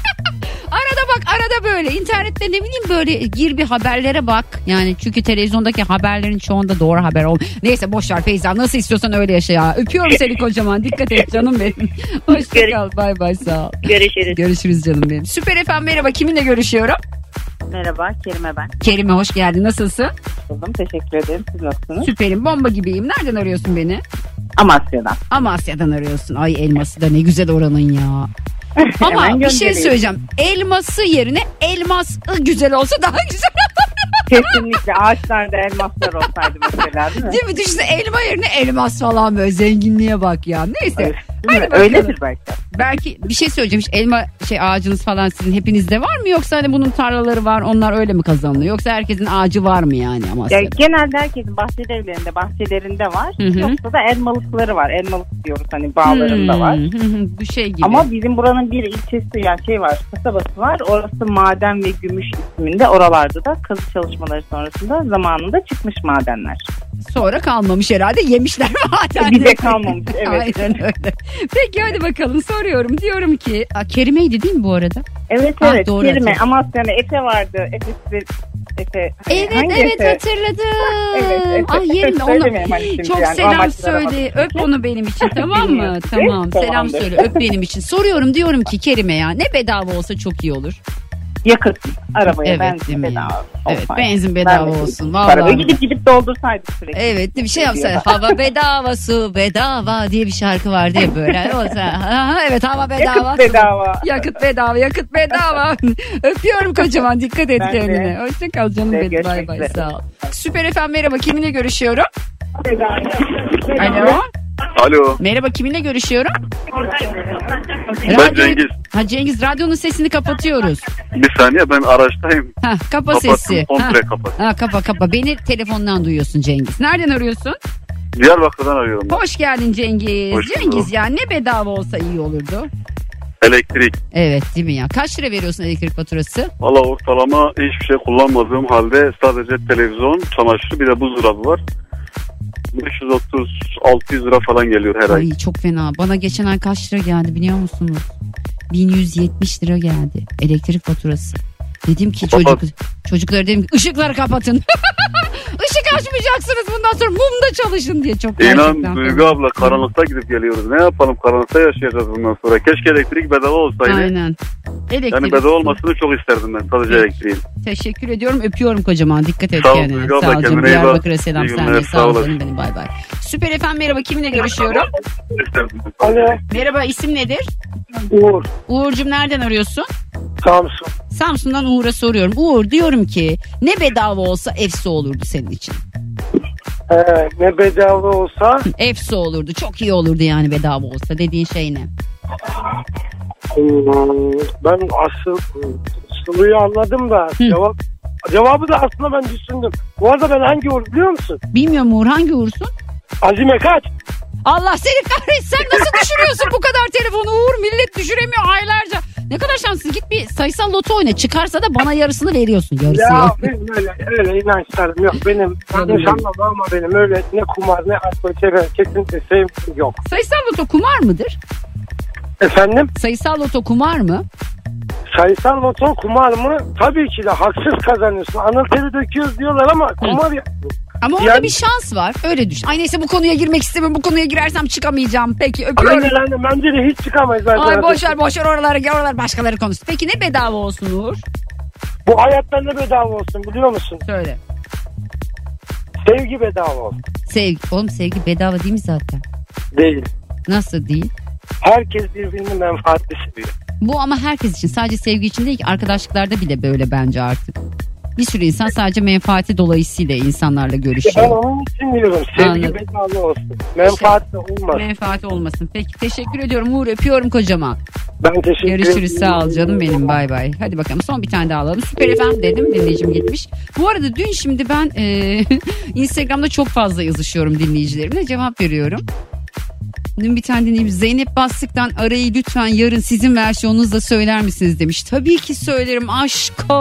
Arada böyle internette ne bileyim böyle gir bir haberlere bak. Yani çünkü televizyondaki haberlerin çoğunda doğru haber olmuyor. Neyse boş ver Feyza, nasıl istiyorsan öyle yaşa ya. Öpüyorum seni kocaman. Dikkat et canım benim. Hoşçakal. Bay bay, sağ ol. Görüşürüz. Görüşürüz canım benim. Süper FM merhaba, kiminle görüşüyorum? Merhaba, Kerime ben. Kerime hoş geldin, nasılsın? Buldum, teşekkür ederim. Siz nasılsınız? Süperim, bomba gibiyim. Nereden arıyorsun beni? Amasya'dan. Amasya'dan arıyorsun. Ay elması da ne güzel oranın ya. Ama Hemen bir şey göndereyim. söyleyeceğim. Elması yerine elmas güzel olsa daha güzel olur. Kesinlikle ağaçlarda elmaslar olsaydı mesela, değil mi? Değil mi? Düşünsene elma yerine elmas falan böyle zenginliğe bak ya. Neyse. Evet, öyledir belki. Belki bir şey söyleyeceğim. Hiç elma ağacınız falan sizin hepinizde var mı? Yoksa hani bunun tarlaları var onlar öyle mi kazanılıyor? Yoksa herkesin ağacı var mı yani Amasya'da? Ya, genelde herkesin bahçelerinde var. Hı. Yoksa da elmalıkları var. Elmalık diyoruz hani bağlarında var. Bu şey gibi. Ama bizim buranın bir ilçesi yani var, kasabası var. Orası Maden ve Gümüş isminde. Oralarda da kazı çalışmaları sonrasında zamanında çıkmış madenler. Sonra kalmamış herhalde, yemişler madenleri. Bir de kalmamış, evet. Aynen öyle. Peki hadi bakalım soruyorum. Diyorum ki Kerime'ydi değil mi bu arada? Evet doğru Kerime. hatırladım. Amasya'da Efe vardı. Efe. Evet Hangi evet Efe? hatırladım. Evet. Ay yerim Söylemeyeyim hani şimdi çok yani, selam amaçlı söyle. aramadım. Öp onu benim için, tamam mı? Bilmiyorum. Tamam selam Tamamdır. söyle, öp benim için. Soruyorum, diyorum ki Kerime ya, ne bedava olsa çok iyi olur. Yakıt. Arabaya Evet, değil benzin mi? bedava. Evet, olsaydı. benzin bedava Ben de olsun. Vallahi. Arabaya gidip doldursaydık sürekli. Evet, bir şey yapsa hava bedava, su bedava diye bir şarkı vardı ya böyle. Evet, hava bedava. Yakıt bedava. Yakıt bedava, yakıt bedava. Öpüyorum kocaman, dikkat et Ben de. kendine. Hoşça kal canım benim, bay Görüşmek bay, üzere. sağ ol. Süper FM merhaba, kiminle görüşüyorum? Alo. Alo. Merhaba, kiminle görüşüyorum? Ben Cengiz. Ha Cengiz, radyonun sesini kapatıyoruz. Bir saniye, ben araçtayım. Kapa Kapattım, sesi. komple kapat. Kapa. Beni telefondan duyuyorsun Cengiz. Nereden arıyorsun? Diyarbakır'dan arıyorum. Hoş geldin Cengiz. Hoş bulduk. Cengiz ya, ne bedava olsa iyi olurdu. Elektrik. Evet değil mi ya? Kaç lira veriyorsun elektrik faturası? Valla ortalama hiçbir şey kullanmadığım halde sadece televizyon, çamaşır, bir de buzdolabı var. 530-600 lira falan geliyor her ay. Ay çok fena. Bana geçen ay kaç lira geldi biliyor musunuz? 1170 lira geldi elektrik faturası. Dedim ki çocuklara dedim ki ışıkları kapatın. Işık açmayacaksınız bundan sonra, mumda çalışın diye. Çok gerçekten. İnan Duygu abla, karanlıkta gidip geliyoruz. Ne yapalım, karanlıkta yaşayacağız bundan sonra. Keşke elektrik bedava olsaydı. Aynen. Elektrik. Yani bedava olmasını çok isterdim ben, sadece Evet. elektriğin. Teşekkür ediyorum. Öpüyorum kocaman. Dikkat et Sağ ol kendine. Duygu abla, Sağ ol canım. kendine iyi bak. Diyarbakır'a selam İyi sen günler, de. sağ Sağ ol olasın. canım benim. Bay bay. Süper FM merhaba. Kiminle görüşüyorum? Alo. Merhaba, isim nedir? Uğur. Uğur'cum nereden arıyorsun? Samsun. Samsun'dan Uğur'a soruyorum. Uğur, diyorum ki ne bedava olsa efsi olurdu senin için. Ne bedava olsa Efsi olurdu. Çok iyi olurdu yani bedava olsa. Dediğin şey ne? ben Sulu'yu anladım da cevabı da aslında ben düşündüm. Bu arada ben hangi Uğur biliyor musun? Bilmiyorum Uğur, hangi Uğur'sun? Azime kaç? Allah seni kahretsin, sen nasıl düşürüyorsun bu kadar telefonu Uğur? Millet düşüremiyor aylarca. Ne kadar şanslısın, git bir sayısal loto oyna. Çıkarsa da bana yarısını veriyorsun. Yarısı Ya yok. benim öyle inançlarım yok. Benim yanlış anlama ama benim öyle ne kumar ne alkol kesinlikle sevgim yok. Sayısal loto kumar mıdır? Efendim? Sayısal loto kumar mı? Sayısal loto kumar mı? Tabii ki de haksız kazanıyorsun. Anıl teri döküyoruz diyorlar ama kumar ya. Ama orada Yani- bir şans var. Öyle düşün. Ay neyse, bu konuya girmek istemiyorum. Bu konuya girersem çıkamayacağım. Peki öpüyorum. Aynen bence de hiç çıkamayız. Ay boş ver oraları başkaları konuşsun. Peki ne bedava olsun Uğur? Bu hayatta ne bedava olsun biliyor musun? Söyle. Sevgi bedava olsun. Sevgi. Oğlum sevgi bedava değil mi zaten? Değil. Nasıl değil? Herkes birbirini menfaatli seviyor. Bu ama herkes için, sadece sevgi için değil ki, arkadaşlıklarda bile böyle bence artık. Bir sürü insan sadece menfaati dolayısıyla insanlarla Ben görüşüyor. onun için diyorum. Sevgi Anladım. bedava olsun. Menfaatli olmaz. Menfaati olmasın. Peki teşekkür ediyorum Uğur, öpüyorum kocaman. Ben teşekkür ederim. Görüşürüz, sağ ol canım benim, bay bay. Hadi bakalım son bir tane daha alalım. Süper FM dedim, dinleyicim gitmiş. Bu arada dün şimdi ben Instagram'da çok fazla yazışıyorum dinleyicilerimle, cevap veriyorum. Dün bir tane dinleyicim Zeynep Bastık'tan arayı lütfen yarın sizin versiyonunuzla söyler misiniz demiş. Tabii ki söylerim aşko.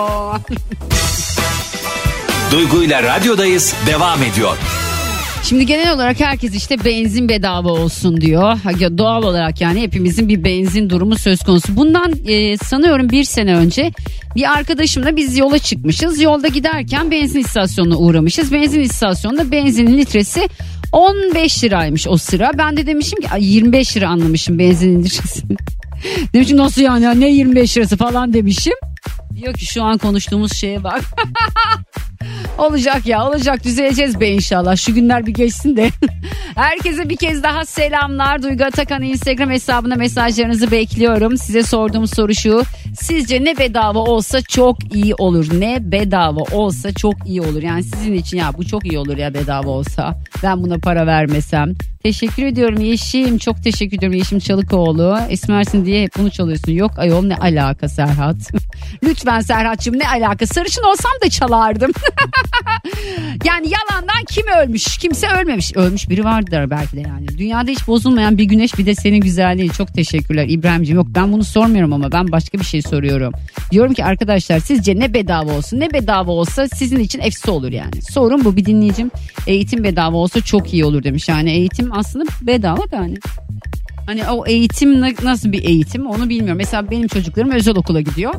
Duygu ile radyodayız devam ediyor. Şimdi genel olarak herkes işte benzin bedava olsun diyor. Doğal olarak yani hepimizin bir benzin durumu söz konusu. Bundan sanıyorum bir sene önce bir arkadaşımla biz yola çıkmışız. Yolda giderken benzin istasyonuna uğramışız. Benzin istasyonunda benzinin litresi 15 liraymış o sıra. Ben de demişim ki 25 lira anlamışım benzinin litresini. Demişim nasıl yani ne 25 lirası falan demişim. Diyor ki şu an konuştuğumuz şeye bak. Olacak ya, olacak, düzeleceğiz be inşallah. Şu günler bir geçsin de. Herkese bir kez daha selamlar. Duygu Atakan Instagram hesabına mesajlarınızı bekliyorum. Size sorduğum soru şu: Sizce ne bedava olsa çok iyi olur? Ne bedava olsa çok iyi olur? Yani sizin için ya bu çok iyi olur ya bedava olsa. Ben buna para vermesem. Teşekkür ediyorum Yeşim. Çok teşekkür ediyorum Yeşim Çalıkoğlu. Esmersin diye hep bunu çalıyorsun. Yok ayol ne alaka Serhat? Lütfen Serhat'cığım ne alaka? Sarışın olsam da çalardım. Yani yalandan kim ölmüş? Kimse ölmemiş. Ölmüş biri vardır belki de yani. Dünyada hiç bozulmayan bir güneş bir de senin güzelliğin. Çok teşekkürler İbrahim'ciğim. Yok ben bunu sormuyorum ama ben başka bir şey soruyorum. Diyorum ki arkadaşlar sizce ne bedava olsun? Ne bedava olsa sizin için efsi olur yani. Sorun bu bir dinleyicim. Eğitim bedava olsa çok iyi olur demiş. Yani eğitim aslında bedava da hani o eğitim nasıl bir eğitim onu bilmiyorum. Mesela benim çocuklarım özel okula gidiyor.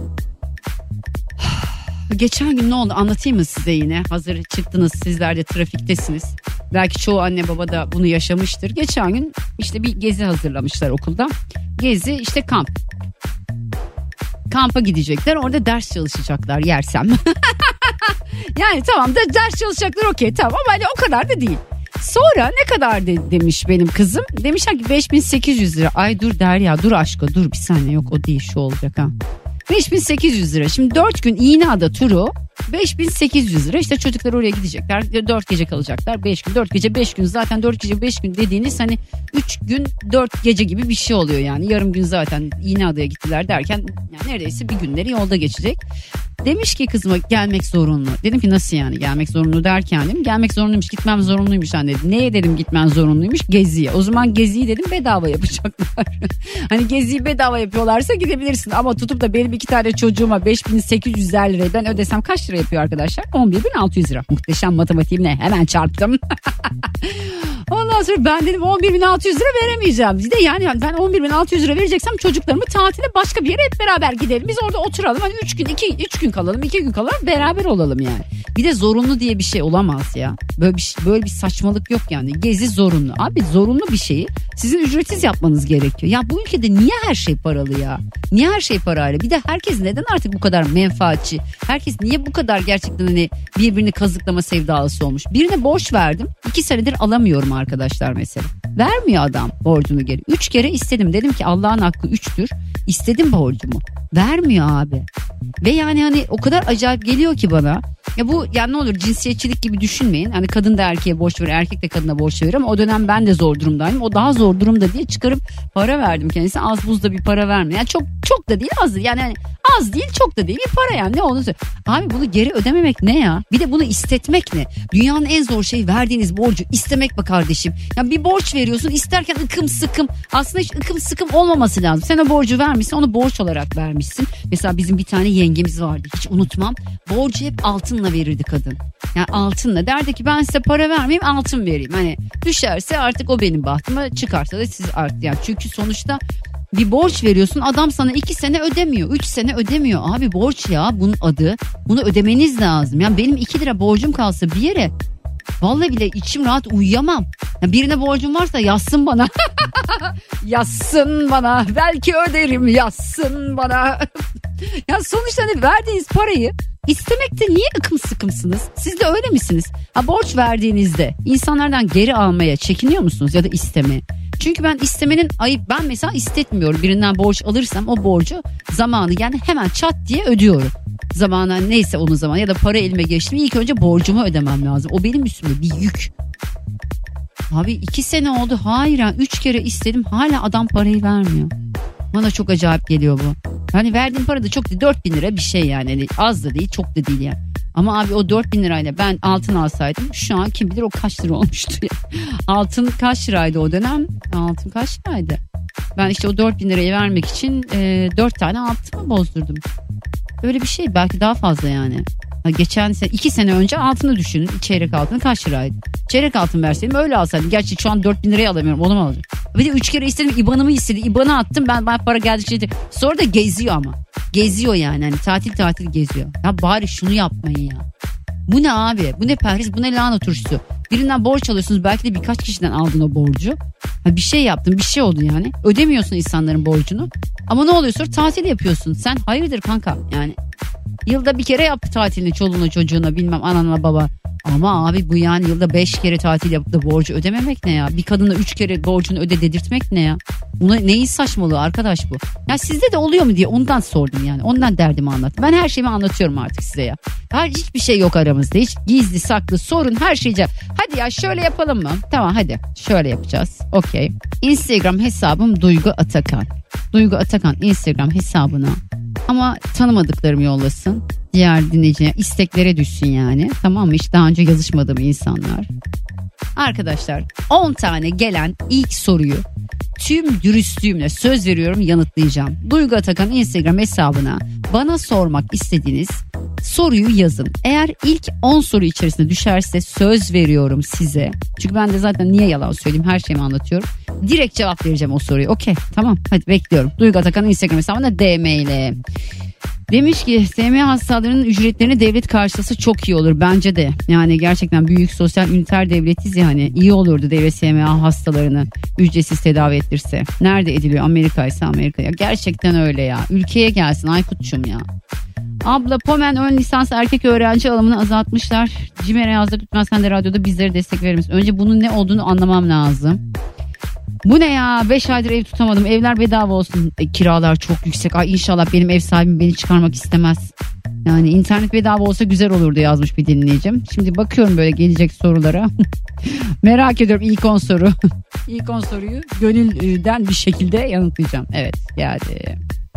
Geçen gün ne oldu anlatayım mı size yine? Hazır çıktınız sizler de trafiktesiniz. Belki çoğu anne baba da bunu yaşamıştır. Geçen gün işte bir gezi hazırlamışlar okulda. Gezi işte kamp. Kampa gidecekler orada ders çalışacaklar yersem. Yani tamam da ders çalışacaklar okey tamam ama hani o kadar da değil. Sonra ne kadar demiş benim kızım. Demişler ki 5.800 lira. Ay dur Derya dur aşko dur bir saniye yok o değil şu olacak ha. 5.800 lira. Şimdi 4 gün İğneada turu 5.800 lira. İşte çocuklar oraya gidecekler. 4 gece kalacaklar. 5 gün 4 gece 5 gün zaten 4 gece 5 gün dediğiniz hani 3 gün 4 gece gibi bir şey oluyor yani. Yarım gün zaten İğneada'ya gittiler derken yani neredeyse bir günleri yolda geçecek. Demiş ki kızıma gelmek zorunlu. Dedim ki nasıl yani gelmek zorunlu derken dedim. Gelmek zorunluymuş gitmem zorunluymuş anne dedim. Neye dedim gitmen zorunluymuş? Geziye. O zaman geziyi dedim bedava yapacaklar. Hani geziyi bedava yapıyorlarsa gidebilirsin. Ama tutup da benim 2 tane çocuğuma 5.800 lirayı ben ödesem kaç lira yapıyor arkadaşlar? 11.600 lira. Muhteşem matematiğimle hemen çarptım. Ondan sonra ben dedim 11.600 lira veremeyeceğim. Bir de yani ben 11.600 lira vereceksem çocuklarımı tatile başka bir yere hep beraber gidelim. Biz orada oturalım. Hani 3 gün kalalım 2 gün kalalım beraber olalım yani. Bir de zorunlu diye bir şey olamaz ya. Böyle bir saçmalık yok yani. Gezi zorunlu. Abi zorunlu bir şeyi sizin ücretsiz yapmanız gerekiyor. Ya bu ülkede niye her şey paralı ya? Niye her şey parayla? Bir de herkes neden artık bu kadar menfaatçi? Herkes niye bu kadar gerçekten hani birbirini kazıklama sevdalısı olmuş? Birine borç verdim. 2 senedir alamıyorum arkadaşlar mesela. Vermiyor adam borcunu geri. 3 kere istedim. Dedim ki Allah'ın hakkı 3'tür. İstedim borcumu. Vermiyor abi. Ve yani hani o kadar acayip geliyor ki bana. Ya bu yani ne olur cinsiyetçilik gibi düşünmeyin. Hani kadın da erkeğe borç verir, erkek de kadına borç verir ama o dönem ben de zor durumdayım. O daha zor durumda diye çıkarıp para verdim kendisine. Az buz da bir para vermiyor. Yani çok da değil az değil. Yani hani az değil çok da değil bir para yani ne olursa. Abi bunu geri ödememek ne ya? Bir de bunu istetmek ne? Dünyanın en zor şeyi verdiğiniz borcu istemek be kardeşim. Yani bir borç veriyorsun isterken ıkım sıkım. Aslında hiç ıkım sıkım olmaması lazım. Sen o borcu vermişsin onu borç olarak vermişsin. Mesela bizim bir tane yengemiz vardı hiç unutmam. Borcu hep altınla verirdi kadın. Yani altınla derdi ki ben size para vermeyeyim altın vereyim. Hani düşerse artık o benim bahtıma çıkarsa da siz artık yani çünkü sonuçta bir borç veriyorsun adam sana 2 sene ödemiyor 3 sene ödemiyor abi borç ya bunun adı bunu ödemeniz lazım. Yani benim 2 lira borcum kalsa bir yere vallahi bile içim rahat uyuyamam. Yani birine borcum varsa yazsın bana. Yazsın bana belki öderim yazsın bana. Ya sonuçta hani verdiğiniz parayı istemekte niye ıkım sıkımsınız? Siz de öyle misiniz? Ha borç verdiğinizde insanlardan geri almaya çekiniyor musunuz ya da istemeye? Çünkü ben istemenin ayıp ben mesela istetmiyorum. Birinden borç alırsam o borcu zamanı yani hemen çat diye ödüyorum. Zamana neyse onun zaman ya da para elime geçti ilk önce borcumu ödemem lazım. O benim üstümde bir yük. Abi 2 sene oldu hayır 3 kere istedim hala adam parayı vermiyor. Bana çok acayip geliyor bu. Hani verdiğim para da çok değil 4.000 lira bir şey yani. Yani az da değil çok da değil yani. Ama abi o 4.000 lirayla ben altın alsaydım şu an kim bilir o kaç lira olmuştu ya. Altın kaç liraydı o dönem? Altın kaç liraydı? Ben işte o 4.000 lirayı vermek için 4 tane altın bozdurdum. Öyle bir şey belki daha fazla yani. Geçen sene 2 sene önce altını düşünün. Çeyrek altını kaç liraydı? Çeyrek altın verseydim öyle alsaydım. Gerçi şu an 4.000 liraya alamıyorum onu mu alacağım? Bir de 3 kere istedim IBAN'ımı istedi. IBAN'ı attım ben para geldikçe. Sonra da geziyor ama. Geziyor yani hani tatil geziyor. Ya bari şunu yapmayın ya. Bu ne abi? Bu ne perhiz? Bu ne lahana turşusu? Birinden borç alıyorsunuz belki de birkaç kişiden aldın o borcu. Ha bir şey yaptın bir şey oldu yani. Ödemiyorsun insanların borcunu. Ama ne oluyor sonra tatil yapıyorsun. Sen hayırdır kanka yani. Yılda bir kere yap tatilini çoluğuna çocuğuna bilmem anana baba. Ama abi bu yani yılda 5 kere tatil yapıp da borcu ödememek ne ya? Bir kadına 3 kere borcunu öde dedirtmek ne ya? Buna neyin saçmalığı arkadaş bu? Ya sizde de oluyor mu diye ondan sordum yani. Ondan derdimi anlattım. Ben her şeyimi anlatıyorum artık size ya. Hiçbir şey yok aramızda. Hiç gizli saklı sorun her şeyce. Hadi ya şöyle yapalım mı? Tamam hadi şöyle yapacağız. Okey. Instagram hesabım Duygu Atakan. Duygu Atakan Instagram hesabına. Ama tanımadıklarım yollasın. Diğer dinleyiciye isteklere düşsün yani. Tamam mı? Hiç daha önce yazışmadığım insanlar. Arkadaşlar 10 tane gelen ilk soruyu tüm dürüstlüğümle söz veriyorum yanıtlayacağım. Duygu Atakan Instagram hesabına bana sormak istediğiniz soruyu yazın. Eğer ilk 10 soru içerisinde düşerse söz veriyorum size. Çünkü ben de zaten niye yalan söyleyeyim, her şeyimi anlatıyorum. Direkt cevap vereceğim o soruyu. Okey tamam hadi bekliyorum. Duygu Atakan Instagram hesabına DM ile. Demiş ki SMA hastalarının ücretlerini devlet karşılasa çok iyi olur bence de. Yani gerçekten büyük sosyal üniter devletiz ya, hani iyi olurdu devlet SMA hastalarını ücretsiz tedavi ettirse. Nerede ediliyor? Amerika ise Amerika'ya. Gerçekten öyle ya. Ülkeye gelsin Aykut'cum ya. Abla Pomen ön lisans erkek öğrenci alımını azaltmışlar. Cimer'e yazdık, lütfen sen de radyoda bizlere destek verir misin? Önce bunun ne olduğunu anlamam lazım. Bu ne ya? 5 aydır ev tutamadım. Evler bedava olsun. Kiralar çok yüksek. Ay inşallah benim ev sahibim beni çıkarmak istemez. Yani internet bedava olsa güzel olurdu yazmış bir dinleyicim. Şimdi bakıyorum böyle gelecek sorulara. Merak ediyorum ilk 10 soru. İlk 10 soruyu gönülden bir şekilde yanıtlayacağım. Evet geldi.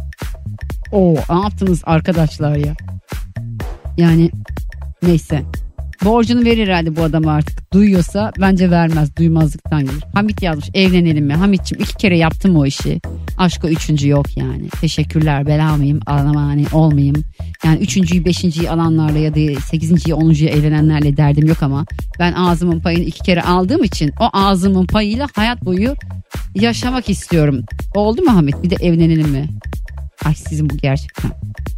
Ne yaptınız arkadaşlar ya? Yani neyse. Borcunu verir herhalde bu adam artık. Duyuyorsa bence vermez. Duymazlıktan gelir. Hamit yazmış, evlenelim mi? Hamit'ciğim 2 kere yaptım o işi. Aşka 3. yok yani. Teşekkürler, bela mıyım? Hani olmayayım. Yani 3.'yü 5.'yi alanlarla ya da 8.'yi 10.'yu evlenenlerle derdim yok ama ben ağzımın payını 2 kere aldığım için o ağzımın payıyla hayat boyu yaşamak istiyorum. Oldu mu Hamit? Bir de evlenelim mi? Ay sizin bu gerçekten.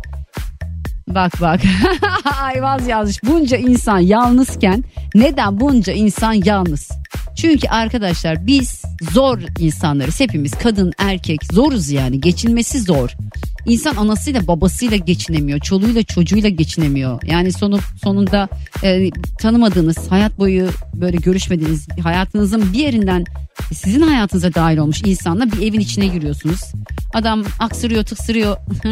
Bak. Ayvaz yazmış. Bunca insan yalnızken neden bunca insan yalnız? Çünkü arkadaşlar biz zor insanlarız. Hepimiz kadın erkek zoruz yani. Geçinmesi zor. İnsan anasıyla babasıyla geçinemiyor. Çoluğuyla çocuğuyla geçinemiyor. Yani sonunda tanımadığınız, hayat boyu böyle görüşmediğiniz, hayatınızın bir yerinden sizin hayatınıza dahil olmuş insanla bir evin içine giriyorsunuz. Adam aksırıyor, tıksırıyor.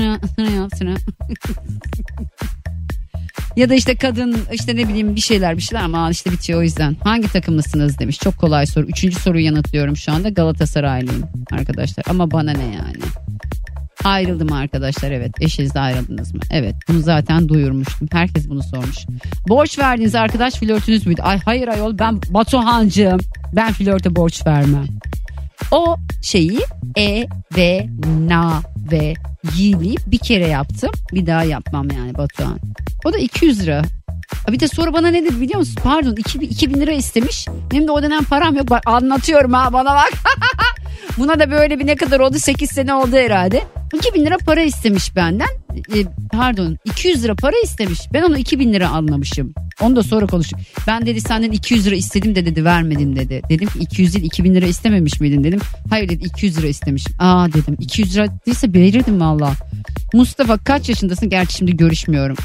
Ya da işte kadın işte ne bileyim bir şeyler ama işte bitiyor o yüzden. Hangi takımlısınız demiş. Çok kolay soru. 3. soruyu yanıtlıyorum şu anda. Galatasaraylıyım arkadaşlar. Ama bana ne yani? Ayrıldım arkadaşlar, evet. Eşinizle ayrıldınız mı? Evet, bunu zaten duyurmuştum. Herkes bunu sormuş. Borç verdiğiniz arkadaş flörtünüz müydü? Ay hayır ayol, ben Batuhancığım. Ben flörte borç vermem. O şeyi ve na ve y'li bir kere yaptım. Bir daha yapmam yani Batuhan. O da 200 lira. Bir de sonra bana ne dedi biliyor musun? Pardon 2000 lira istemiş. Benim de o dönem param yok. Bak anlatıyorum ha, bana bak. Buna da böyle bir ne kadar oldu? 8 sene oldu herhalde. 2000 lira para istemiş benden. 200 lira para istemiş. Ben onu 2000 lira anlamışım. Onu da sonra konuştuk. Ben dedi senden 200 lira istedim de dedi vermedin dedi. Dedim ki 200 değil 2000 lira istememiş miydin dedim. Hayır dedi 200 lira istemişim. Dedim 200 lira değilse verirdim valla. Mustafa kaç yaşındasın? Gerçi şimdi görüşmüyorum.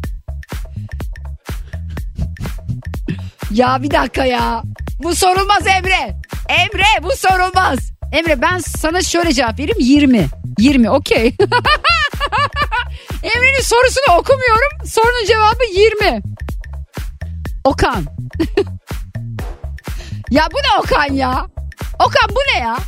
Ya bir dakika ya. Bu sorulmaz Emre. Emre bu sorulmaz. Emre ben sana şöyle cevap vereyim 20 okey. Emre'nin sorusunu okumuyorum. Sorunun cevabı 20. Okan. Ya bu ne Okan ya? Okan bu ne ya?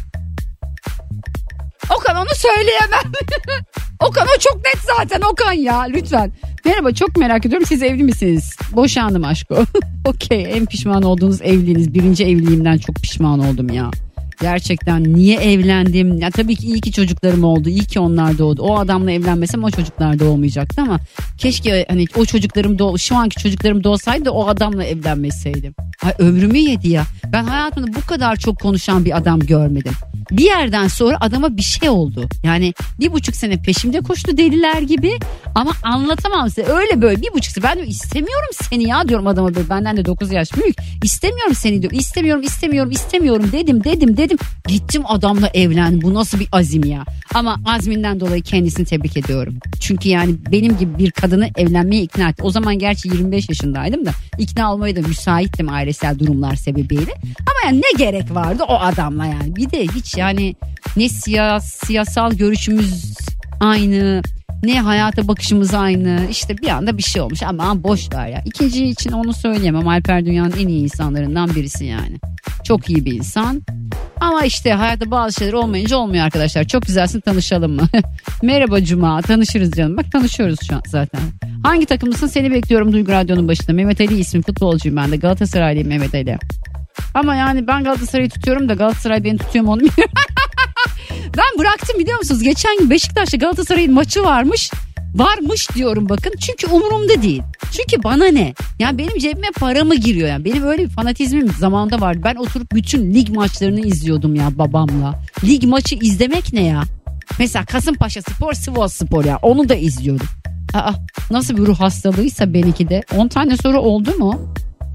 Okan onu söyleyemem. Okan o çok net zaten Okan ya lütfen. Merhaba, çok merak ediyorum, siz evli misiniz? Boşandım aşko. Okey, en pişman olduğunuz evliliğiniz. 1. evliliğimden çok pişman oldum ya. Gerçekten niye evlendim? Ya tabii ki iyi ki çocuklarım oldu. İyi ki onlar doğdu. O adamla evlenmesem o çocuklar da olmayacaktı ama keşke hani o çocuklarım şu anki çocuklarım doğsaydı o adamla evlenmeseydim. Ay ömrümü yedi ya. Ben hayatımda bu kadar çok konuşan bir adam görmedim. Bir yerden sonra adama bir şey oldu. Yani 1,5 sene peşimde koştu deliler gibi ama anlatamam size. Öyle böyle 1,5 sene. Ben diyorum istemiyorum seni ya diyorum adama böyle. Benden de 9 yaş büyük. İstemiyorum seni diyor. İstemiyorum dedim. Gittim adamla evlendim. Bu nasıl bir azim ya. Ama azminden dolayı kendisini tebrik ediyorum. Çünkü yani benim gibi bir kadını evlenmeye ikna etti. O zaman gerçi 25 yaşındaydım da ikna olmaya da müsaittim ailesel durumlar sebebiyle. Ama yani ne gerek vardı o adamla yani. Bir de hiç hiç. Yani ne siyasal görüşümüz aynı, ne hayata bakışımız aynı. İşte bir anda bir şey olmuş ama boş ver ya. İkinci için onu söyleyemem. Alper dünyanın en iyi insanlarından birisi yani. Çok iyi bir insan. Ama işte hayatta bazı şeyler olmayınca olmuyor arkadaşlar. Çok güzelsin, tanışalım mı? Merhaba Cuma, tanışırız canım. Bak tanışıyoruz şu an zaten. Hangi takımlısın? Seni bekliyorum Duygu Radyo'nun başında. Mehmet Ali ismim, futbolcuyum ben de. Galatasaraylıyım Mehmet Ali. Ama yani ben Galatasaray'ı tutuyorum da Galatasaray beni tutuyor mu onu bilmiyorum. Ben bıraktım biliyor musunuz? Geçen gün Beşiktaş'ta Galatasaray'ın maçı varmış. Varmış diyorum bakın. Çünkü umurumda değil. Çünkü bana ne? Yani benim cebime para mı giriyor? Yani benim öyle bir fanatizmim zamanında vardı. Ben oturup bütün lig maçlarını izliyordum ya babamla. Lig maçı izlemek ne ya? Mesela Kasımpaşa Spor, Sivas Spor ya. Onu da izliyordum. Aa, nasıl bir ruh hastalığıysa benimki de. 10 tane soru oldu mu?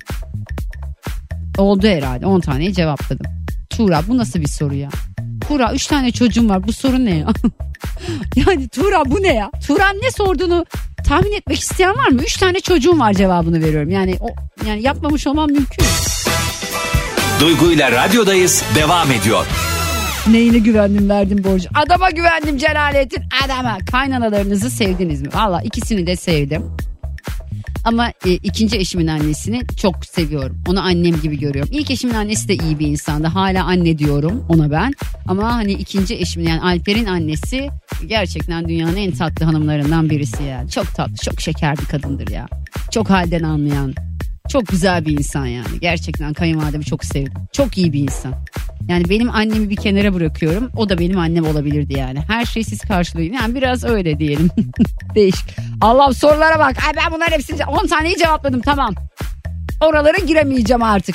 Oldu herhalde. 10 taneyi cevapladım. Tuğra bu nasıl bir soru ya? Tuğra 3 tane çocuğum var. Bu soru ne ya? Yani Tuğra bu ne ya? Tuğra'nın ne sorduğunu tahmin etmek isteyen var mı? 3 tane çocuğum var cevabını veriyorum. Yani yapmamış olmam mümkün. Duygu ile radyodayız devam ediyor. Neyine güvendim, verdim borcu. Adama güvendim, Celalettin adama. Kaynanalarınızı sevdiniz mi? Valla ikisini de sevdim. Ama ikinci eşimin annesini çok seviyorum. Onu annem gibi görüyorum. İlk eşimin annesi de iyi bir insandı. Hala anne diyorum ona ben. Ama hani ikinci eşimin yani Alper'in annesi gerçekten dünyanın en tatlı hanımlarından birisi yani. Çok tatlı, çok şeker bir kadındır ya. Çok halden anlayan. Çok güzel bir insan yani. Gerçekten kayınvalidemi çok sevdim. Çok iyi bir insan. Yani benim annemi bir kenara bırakıyorum. O da benim annem olabilirdi yani. Her şeyi siz karşılayın. Yani biraz öyle diyelim. Değişik. Allah'ım sorulara bak. Ay ben bunların hepsini 10 taneyi cevapladım tamam. Oralara giremeyeceğim artık.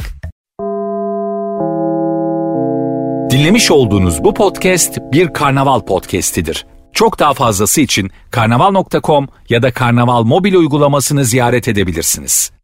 Dinlemiş olduğunuz bu podcast bir Karnaval podcastidir. Çok daha fazlası için karnaval.com ya da Karnaval mobil uygulamasını ziyaret edebilirsiniz.